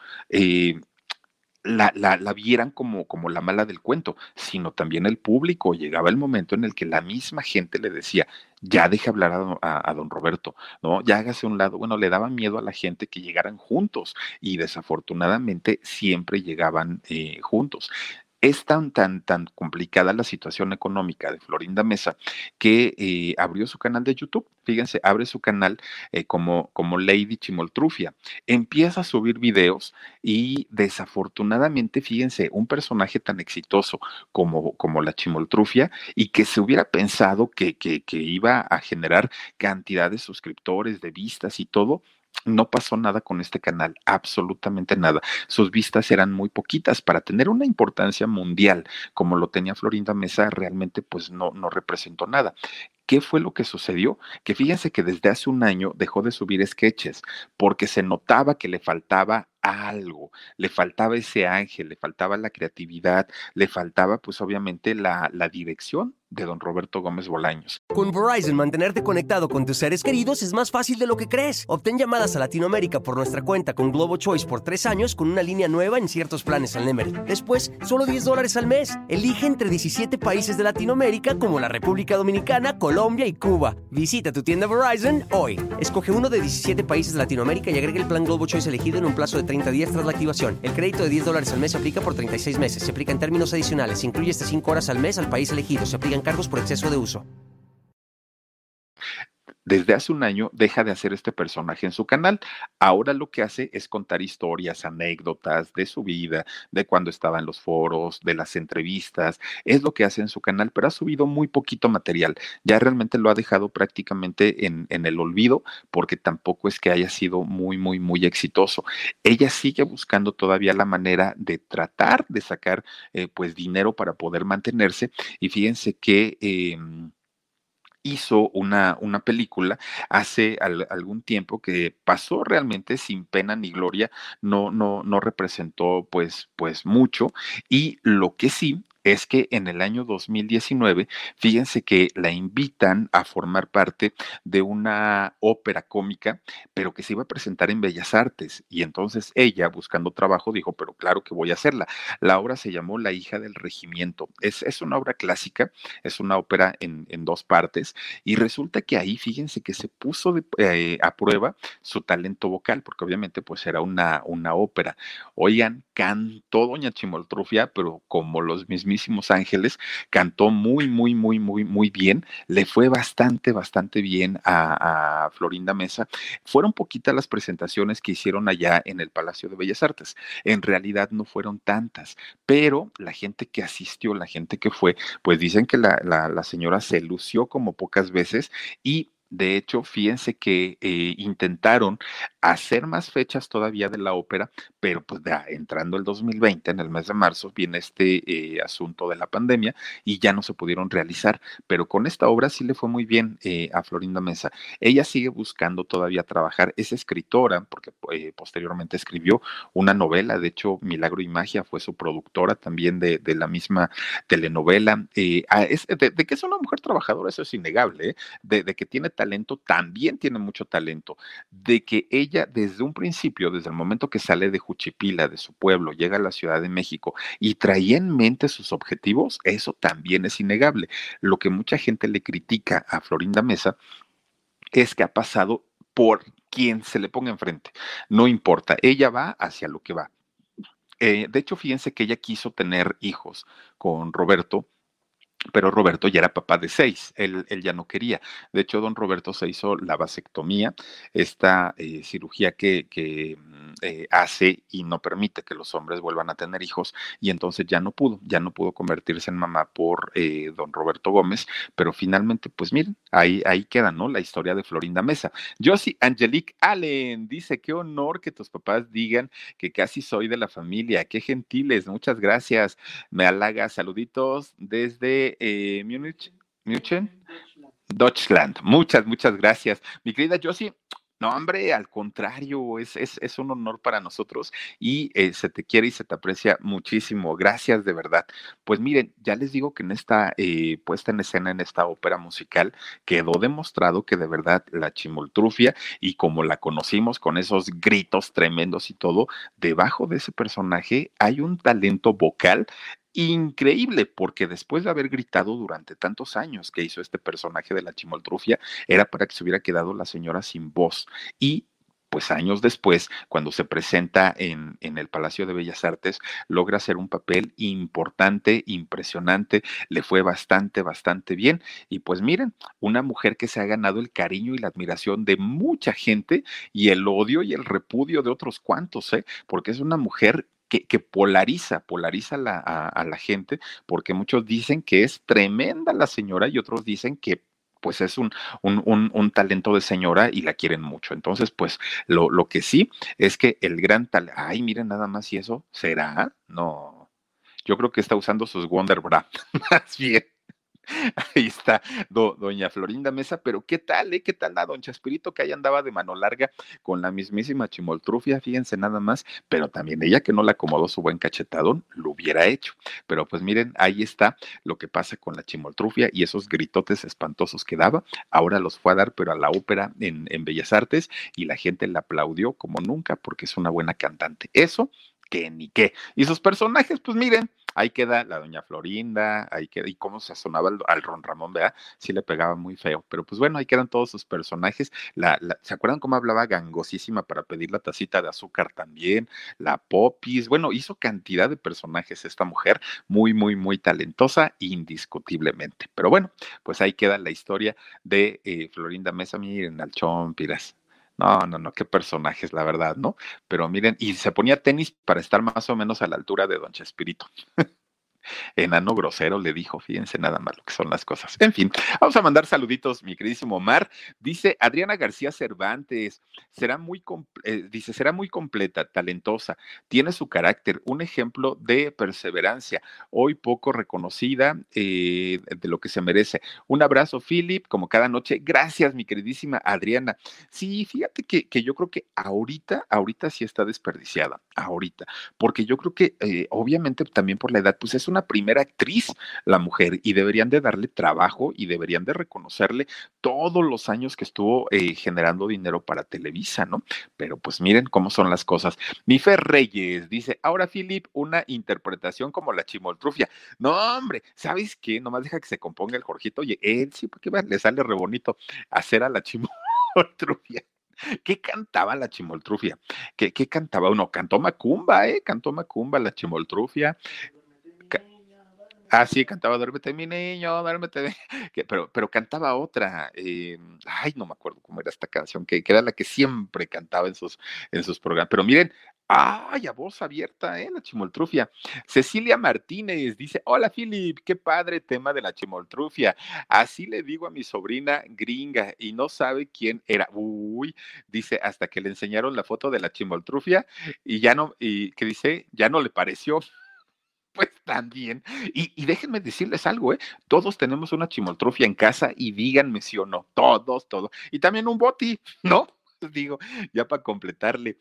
la vieran como la mala del cuento, sino también el público. Llegaba el momento en el que la misma gente le decía, ya deje hablar a don Roberto, ¿no? Ya hágase a un lado. Bueno, le daba miedo a la gente que llegaran juntos y desafortunadamente siempre llegaban juntos. Es tan complicada la situación económica de Florinda Mesa que abrió su canal de YouTube. Fíjense, abre su canal como Lady Chimoltrufia. Empieza a subir videos y desafortunadamente, fíjense, un personaje tan exitoso como la Chimoltrufia y que se hubiera pensado que iba a generar cantidad de suscriptores, de vistas y todo, no pasó nada con este canal, absolutamente nada. Sus vistas eran muy poquitas. Para tener una importancia mundial como lo tenía Florinda Mesa, realmente pues no representó nada. ¿Qué fue lo que sucedió? Que fíjense que desde hace un año dejó de subir sketches porque se notaba que le faltaba algo, le faltaba ese ángel, le faltaba la creatividad, le faltaba pues obviamente la dirección de don Roberto Gómez Bolaños. Con Verizon, mantenerte conectado con tus seres queridos es más fácil de lo que crees. Obtén llamadas a Latinoamérica por nuestra cuenta con Globo Choice por 3 años con una línea nueva en ciertos planes al Nemery. Después, solo $10 al mes. Elige entre 17 países de Latinoamérica como la República Dominicana, Colombia y Cuba. Visita tu tienda Verizon hoy. Escoge uno de 17 países de Latinoamérica y agrega el plan Globo Choice elegido en un plazo de 30 días tras la activación. El crédito de $10 al mes se aplica por 36 meses. Se aplica en términos adicionales. Se incluye hasta 5 horas al mes al país elegido. Se aplican cargos por exceso de uso. desde hace un año deja de hacer este personaje en su canal. Ahora lo que hace es contar historias, anécdotas de su vida, de cuando estaba en los foros, de las entrevistas, es lo que hace en su canal, pero ha subido muy poquito material. Ya realmente lo ha dejado prácticamente en el olvido porque tampoco es que haya sido muy exitoso. Ella sigue buscando todavía la manera de tratar de sacar pues dinero para poder mantenerse y fíjense que hizo una película hace algún tiempo que pasó realmente sin pena ni gloria, no representó pues mucho, y lo que sí es que en el año 2019, fíjense que la invitan a formar parte de una ópera cómica, pero que se iba a presentar en Bellas Artes, y entonces ella, buscando trabajo, dijo, pero claro que voy a hacerla. La obra se llamó La hija del regimiento. Es una obra clásica, es una ópera en dos partes, y resulta que ahí, fíjense que se puso a prueba su talento vocal, porque obviamente pues era una ópera. Oigan, cantó doña Chimoltrufia, pero como los mismísimos ángeles, cantó muy bien, le fue bastante bien a Florinda Mesa. Fueron poquitas las presentaciones que hicieron allá en el Palacio de Bellas Artes, en realidad no fueron tantas, pero la gente que asistió, la gente que fue, pues dicen que la señora se lució como pocas veces, y de hecho, fíjense que intentaron hacer más fechas todavía de la ópera, pero pues ya entrando el 2020, en el mes de marzo, viene este asunto de la pandemia y ya no se pudieron realizar, pero con esta obra sí le fue muy bien a Florinda Mesa. Ella sigue buscando todavía trabajar, es escritora, porque posteriormente escribió una novela, de hecho, Milagro y Magia fue su productora también de la misma telenovela. De que es una mujer trabajadora, eso es innegable, ¿eh? De que tiene talento, también tiene mucho talento. De que ella, desde un principio, desde el momento que sale de Juchipila, de su pueblo, llega a la Ciudad de México y traía en mente sus objetivos, eso también es innegable. Lo que mucha gente le critica a Florinda Mesa es que ha pasado por quien se le ponga enfrente. No importa, ella va hacia lo que va. De hecho, fíjense que ella quiso tener hijos con Roberto, pero Roberto ya era papá de 6, él ya no quería. De hecho, don Roberto se hizo la vasectomía, esta cirugía que hace y no permite que los hombres vuelvan a tener hijos, y entonces ya no pudo convertirse en mamá por don Roberto Gómez, pero finalmente, pues miren, ahí queda, ¿no? La historia de Florinda Mesa. Josie Angelique Allen dice, qué honor que tus papás digan que casi soy de la familia, qué gentiles, muchas gracias, me halaga, saluditos desde Múnich, München, Deutschland. Muchas gracias. Mi querida Josie, no, hombre, al contrario, es un honor para nosotros y se te quiere y se te aprecia muchísimo. Gracias, de verdad. Pues miren, ya les digo que en esta puesta en escena, en esta ópera musical, quedó demostrado que de verdad la Chimoltrufia, y como la conocimos con esos gritos tremendos y todo, debajo de ese personaje hay un talento vocal increíble, porque después de haber gritado durante tantos años que hizo este personaje de la Chimoltrufia, era para que se hubiera quedado la señora sin voz. Y pues años después, cuando se presenta en el Palacio de Bellas Artes, logra hacer un papel importante, impresionante, le fue bastante bien. Y pues miren, una mujer que se ha ganado el cariño y la admiración de mucha gente y el odio y el repudio de otros cuantos, ¿eh? Porque es una mujer que polariza a la gente, porque muchos dicen que es tremenda la señora y otros dicen que pues es un talento de señora y la quieren mucho. Entonces, pues lo que sí es que el gran talento, ay, miren nada más, y eso, ¿será? No, yo creo que está usando sus Wonder Bra, más bien. Ahí está doña Florinda Mesa, pero ¿qué tal, ¿Qué tal la don Chespirito, que ahí andaba de mano larga con la mismísima Chimoltrufia? Fíjense nada más, pero también ella, que no le acomodó su buen cachetadón, lo hubiera hecho. Pero pues miren, ahí está lo que pasa con la Chimoltrufia y esos gritotes espantosos que daba, ahora los fue a dar, pero a la ópera en Bellas Artes, y la gente la aplaudió como nunca porque es una buena cantante. Eso que ni qué. Y sus personajes, pues miren, ahí queda la doña Florinda, ahí queda, y cómo se sonaba al Ron Ramón, ¿verdad? Sí le pegaba muy feo, pero pues bueno, ahí quedan todos sus personajes. ¿Se acuerdan cómo hablaba gangosísima para pedir la tacita de azúcar también? La Popis, bueno, hizo cantidad de personajes esta mujer, muy, muy, muy talentosa, indiscutiblemente. Pero bueno, pues ahí queda la historia de Florinda Mesa, miren, al Chompiras. No, no, no, qué personajes, la verdad, ¿no? Pero miren, y se ponía tenis para estar más o menos a la altura de Don Chespirito. Enano grosero le dijo, fíjense nada más lo que son las cosas. En fin, vamos a mandar saluditos, mi queridísimo Omar. Dice Adriana García Cervantes, dice, será muy completa, talentosa, tiene su carácter, un ejemplo de perseverancia, hoy poco reconocida de lo que se merece. Un abrazo, Philip, como cada noche. Gracias, mi queridísima Adriana. Sí, fíjate que yo creo que ahorita sí está desperdiciada, ahorita, porque yo creo que obviamente también por la edad, pues es una primera actriz la mujer y deberían de darle trabajo y deberían de reconocerle todos los años que estuvo generando dinero para Televisa, ¿no? Pero pues miren cómo son las cosas. Mifer Reyes dice, ahora Philip, una interpretación como la Chimoltrufia. No, hombre, ¿sabes qué? Nomás deja que se componga el Jorgito. Oye, él sí, porque le sale re bonito hacer a la Chimoltrufia. ¿Qué cantaba la Chimoltrufia? ¿Qué cantaba? Uno, cantó Macumba, cantó Macumba, la Chimoltrufia. Sí, cantaba Duérmete, mi niño, duérmete. Pero cantaba otra. Ay, no me acuerdo cómo era esta canción, que era la que siempre cantaba en sus programas. Pero miren, ay, a voz abierta, la Chimoltrufia. Cecilia Martínez dice: Hola, Philip, qué padre tema de la Chimoltrufia. Así le digo a mi sobrina gringa y no sabe quién era. Uy, dice, hasta que le enseñaron la foto de la Chimoltrufia y ya no, y que dice, ya no le pareció. Pues también. Y déjenme decirles algo, todos tenemos una chimoltrufia en casa y díganme si o no, todos. Y también un boti, ¿no? Digo, ya para completarle.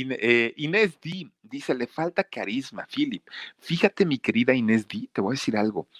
Inés D dice, le falta carisma, Philip. Fíjate, mi querida Inés D, te voy a decir algo.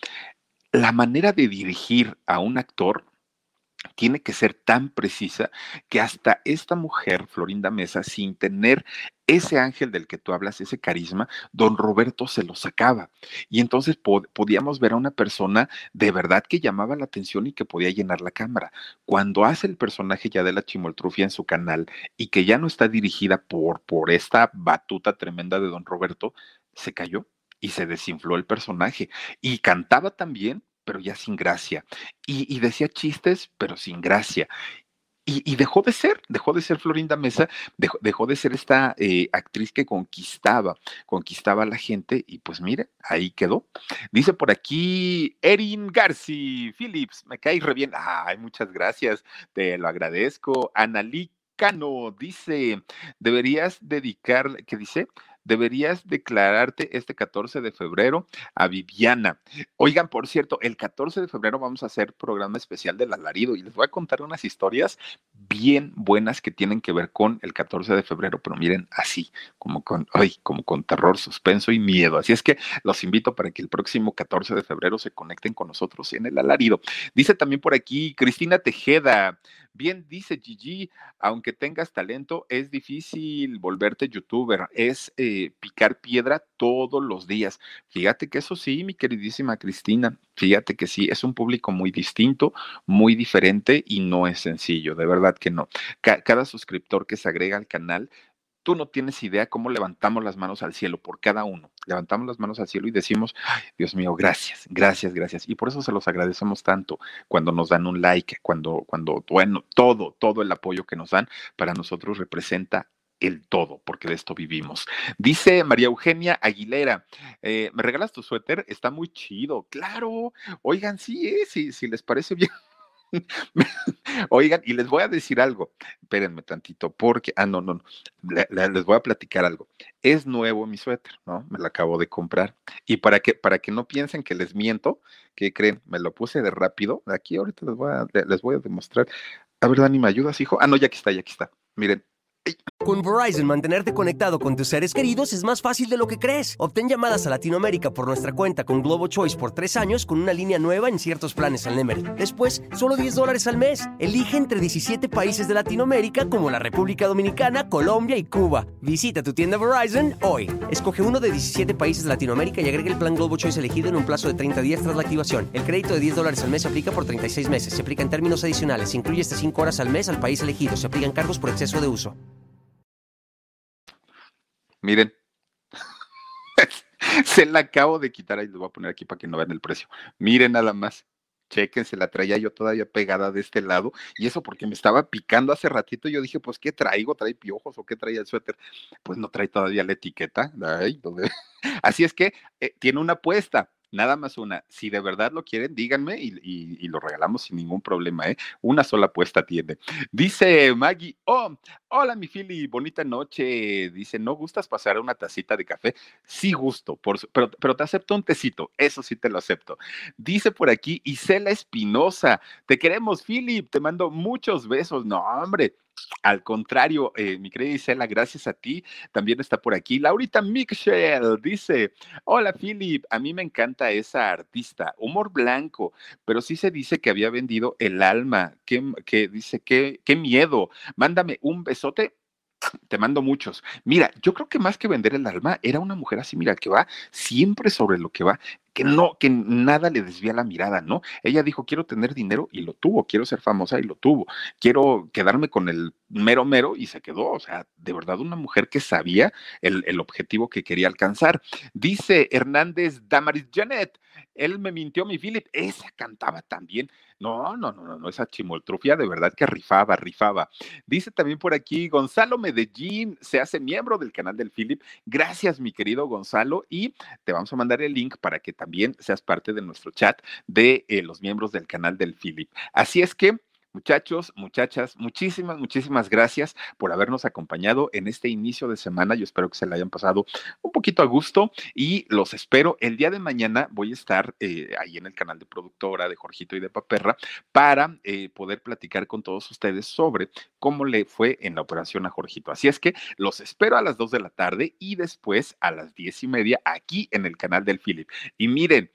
La manera de dirigir a un actor tiene que ser tan precisa que hasta esta mujer, Florinda Mesa, sin tener ese ángel del que tú hablas, ese carisma, don Roberto se lo sacaba. Y entonces podíamos ver a una persona de verdad que llamaba la atención y que podía llenar la cámara. Cuando hace el personaje ya de la Chimoltrufia en su canal y que ya no está dirigida por esta batuta tremenda de don Roberto, se cayó y se desinfló el personaje. Y cantaba también, pero ya sin gracia y decía chistes, pero sin gracia. Y dejó de ser Florinda Mesa, dejó de ser esta actriz que conquistaba a la gente y pues mire, ahí quedó. Dice por aquí Erin Garci, Phillips, me cae re bien. Ay, muchas gracias, te lo agradezco. Analí Cano dice, deberías dedicar, ¿qué dice? Deberías declararte este 14 de febrero a Viviana. Oigan, por cierto, el 14 de febrero vamos a hacer programa especial del alarido y les voy a contar unas historias bien buenas que tienen que ver con el 14 de febrero, pero miren, así, como con terror, suspenso y miedo. Así es que los invito para que el próximo 14 de febrero se conecten con nosotros en el alarido. Dice también por aquí Cristina Tejeda. Bien, dice Gigi, aunque tengas talento, es difícil volverte youtuber, es picar piedra todos los días. Fíjate que eso sí, mi queridísima Cristina, fíjate que sí, es un público muy distinto, muy diferente y no es sencillo, de verdad que no. Cada suscriptor que se agrega al canal, tú no tienes idea cómo levantamos las manos al cielo por cada uno. Levantamos las manos al cielo y decimos, ay, Dios mío, gracias, gracias, gracias. Y por eso se los agradecemos tanto cuando nos dan un like, bueno, todo el apoyo que nos dan para nosotros representa el todo, porque de esto vivimos. Dice María Eugenia Aguilera, ¿me regalas tu suéter? Está muy chido. Claro, oigan, sí, si les parece bien. Oigan, y les voy a decir algo, espérenme tantito, porque, no, les voy a platicar algo. Es nuevo mi suéter, ¿no? Me lo acabo de comprar. Y para que no piensen que les miento, ¿qué creen? Me lo puse de rápido. Aquí ahorita les voy a demostrar. A ver, Dani, ¿me ayudas, hijo? No, ya aquí está. Miren. Con Verizon, mantenerte conectado con tus seres queridos es más fácil de lo que crees. Obtén llamadas a Latinoamérica por nuestra cuenta con Globo Choice por 3 años con una línea nueva en ciertos planes al Nemery. Después, solo $10 al mes. Elige entre 17 países de Latinoamérica como la República Dominicana, Colombia y Cuba. Visita tu tienda Verizon hoy. Escoge uno de 17 países de Latinoamérica y agrega el plan Globo Choice elegido en un plazo de 30 días tras la activación. El crédito de $10 al mes se aplica por 36 meses. Se aplica en términos adicionales. Se incluye hasta 5 horas al mes al país elegido. Se aplican cargos por exceso de uso. Miren, se la acabo de quitar, ahí les voy a poner aquí para que no vean el precio. Miren nada más, chéquense, la traía yo todavía pegada de este lado, y eso porque me estaba picando hace ratito, y yo dije, pues, ¿qué traigo? ¿Trae piojos o qué traía el suéter? Pues no trae todavía la etiqueta. Ay, así es que tiene una apuesta. Nada más una. Si de verdad lo quieren, díganme y lo regalamos sin ningún problema, ¿eh? Una sola apuesta tiene. Dice Maggie, hola mi Philly, bonita noche. Dice, ¿no gustas pasar una tacita de café? Sí gusto, pero te acepto un tecito, eso sí te lo acepto. Dice por aquí Isela Espinosa, te queremos Philip, te mando muchos besos. No, hombre. Al contrario, mi querida Isela, gracias a ti. También está por aquí Laurita Michelle, dice, hola Philip, a mí me encanta esa artista, humor blanco, pero sí se dice que había vendido el alma, dice, qué miedo, mándame un besote. Te mando muchos. Mira, yo creo que más que vender el alma, era una mujer así, mira, que va siempre sobre lo que va, que nada le desvía la mirada, ¿no? Ella dijo, quiero tener dinero y lo tuvo, quiero ser famosa y lo tuvo, quiero quedarme con el mero mero y se quedó, o sea, de verdad una mujer que sabía el objetivo que quería alcanzar. Dice Hernández Damaris Janet, él me mintió mi Philip, esa cantaba también. No, esa chimoltrufia de verdad que rifaba. Dice también por aquí Gonzalo Medellín, se hace miembro del canal del Philip. Gracias, mi querido Gonzalo, y te vamos a mandar el link para que también seas parte de nuestro chat de los miembros del canal del Philip. Así es que, muchachos, muchachas, muchísimas gracias por habernos acompañado en este inicio de semana. Yo espero que se la hayan pasado un poquito a gusto y los espero el día de mañana. Voy a estar ahí en el canal de productora de Jorgito y de Paperra para poder platicar con todos ustedes sobre cómo le fue en la operación a Jorgito. Así es que los espero a las 2 de la tarde y después a las 10:30 aquí en el canal del Philip. Y miren,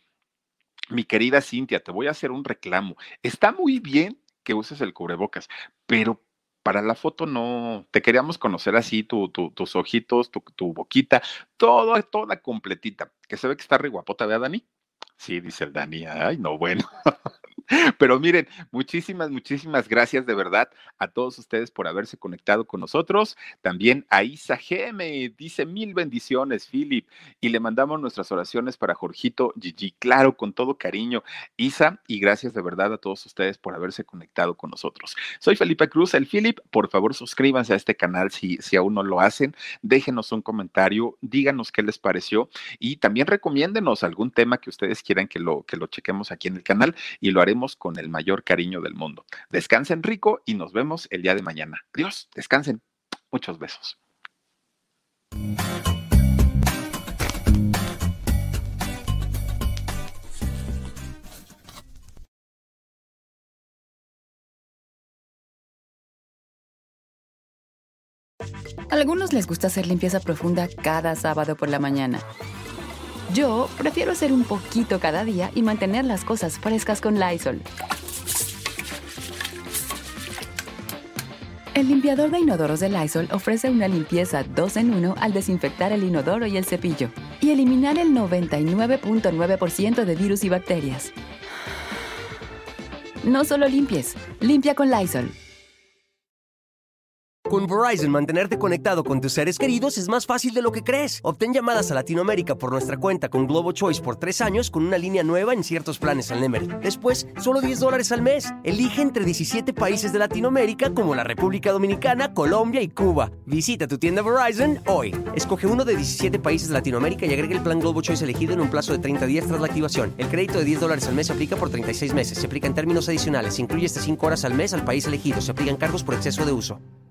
mi querida Cintia, te voy a hacer un reclamo. Está muy bien que uses el cubrebocas, pero para la foto no, te queríamos conocer así, tus ojitos, tu boquita, toda completita, que se ve que está re guapota, ¿verdad, Dani? Sí, dice el Dani, ay, no, bueno. Pero miren, muchísimas gracias de verdad a todos ustedes por haberse conectado con nosotros. También a Isa GM, dice 1000 bendiciones, Philip, y le mandamos nuestras oraciones para Jorgito Gigi, claro, con todo cariño, Isa, y gracias de verdad a todos ustedes por haberse conectado con nosotros. Soy Felipe Cruz, el Philip, por favor suscríbanse a este canal si aún no lo hacen, déjenos un comentario, díganos qué les pareció y también recomiéndenos algún tema que ustedes quieran que lo chequemos aquí en el canal y lo haremos con el mayor cariño del mundo. Descansen rico y nos vemos el día de mañana. Adiós, descansen. Muchos besos. A algunos les gusta hacer limpieza profunda cada sábado por la mañana. Yo prefiero hacer un poquito cada día y mantener las cosas frescas con Lysol. El limpiador de inodoros de Lysol ofrece una limpieza 2 en 1 al desinfectar el inodoro y el cepillo y eliminar el 99.9% de virus y bacterias. No solo limpies, limpia con Lysol. Con Verizon, mantenerte conectado con tus seres queridos es más fácil de lo que crees. Obtén llamadas a Latinoamérica por nuestra cuenta con Globo Choice por 3 años con una línea nueva en ciertos planes al Nemery. Después, solo $10 al mes. Elige entre 17 países de Latinoamérica como la República Dominicana, Colombia y Cuba. Visita tu tienda Verizon hoy. Escoge uno de 17 países de Latinoamérica y agrega el plan Globo Choice elegido en un plazo de 30 días tras la activación. El crédito de $10 al mes se aplica por 36 meses. Se aplica en términos adicionales. Se incluye hasta 5 horas al mes al país elegido. Se aplican cargos por exceso de uso.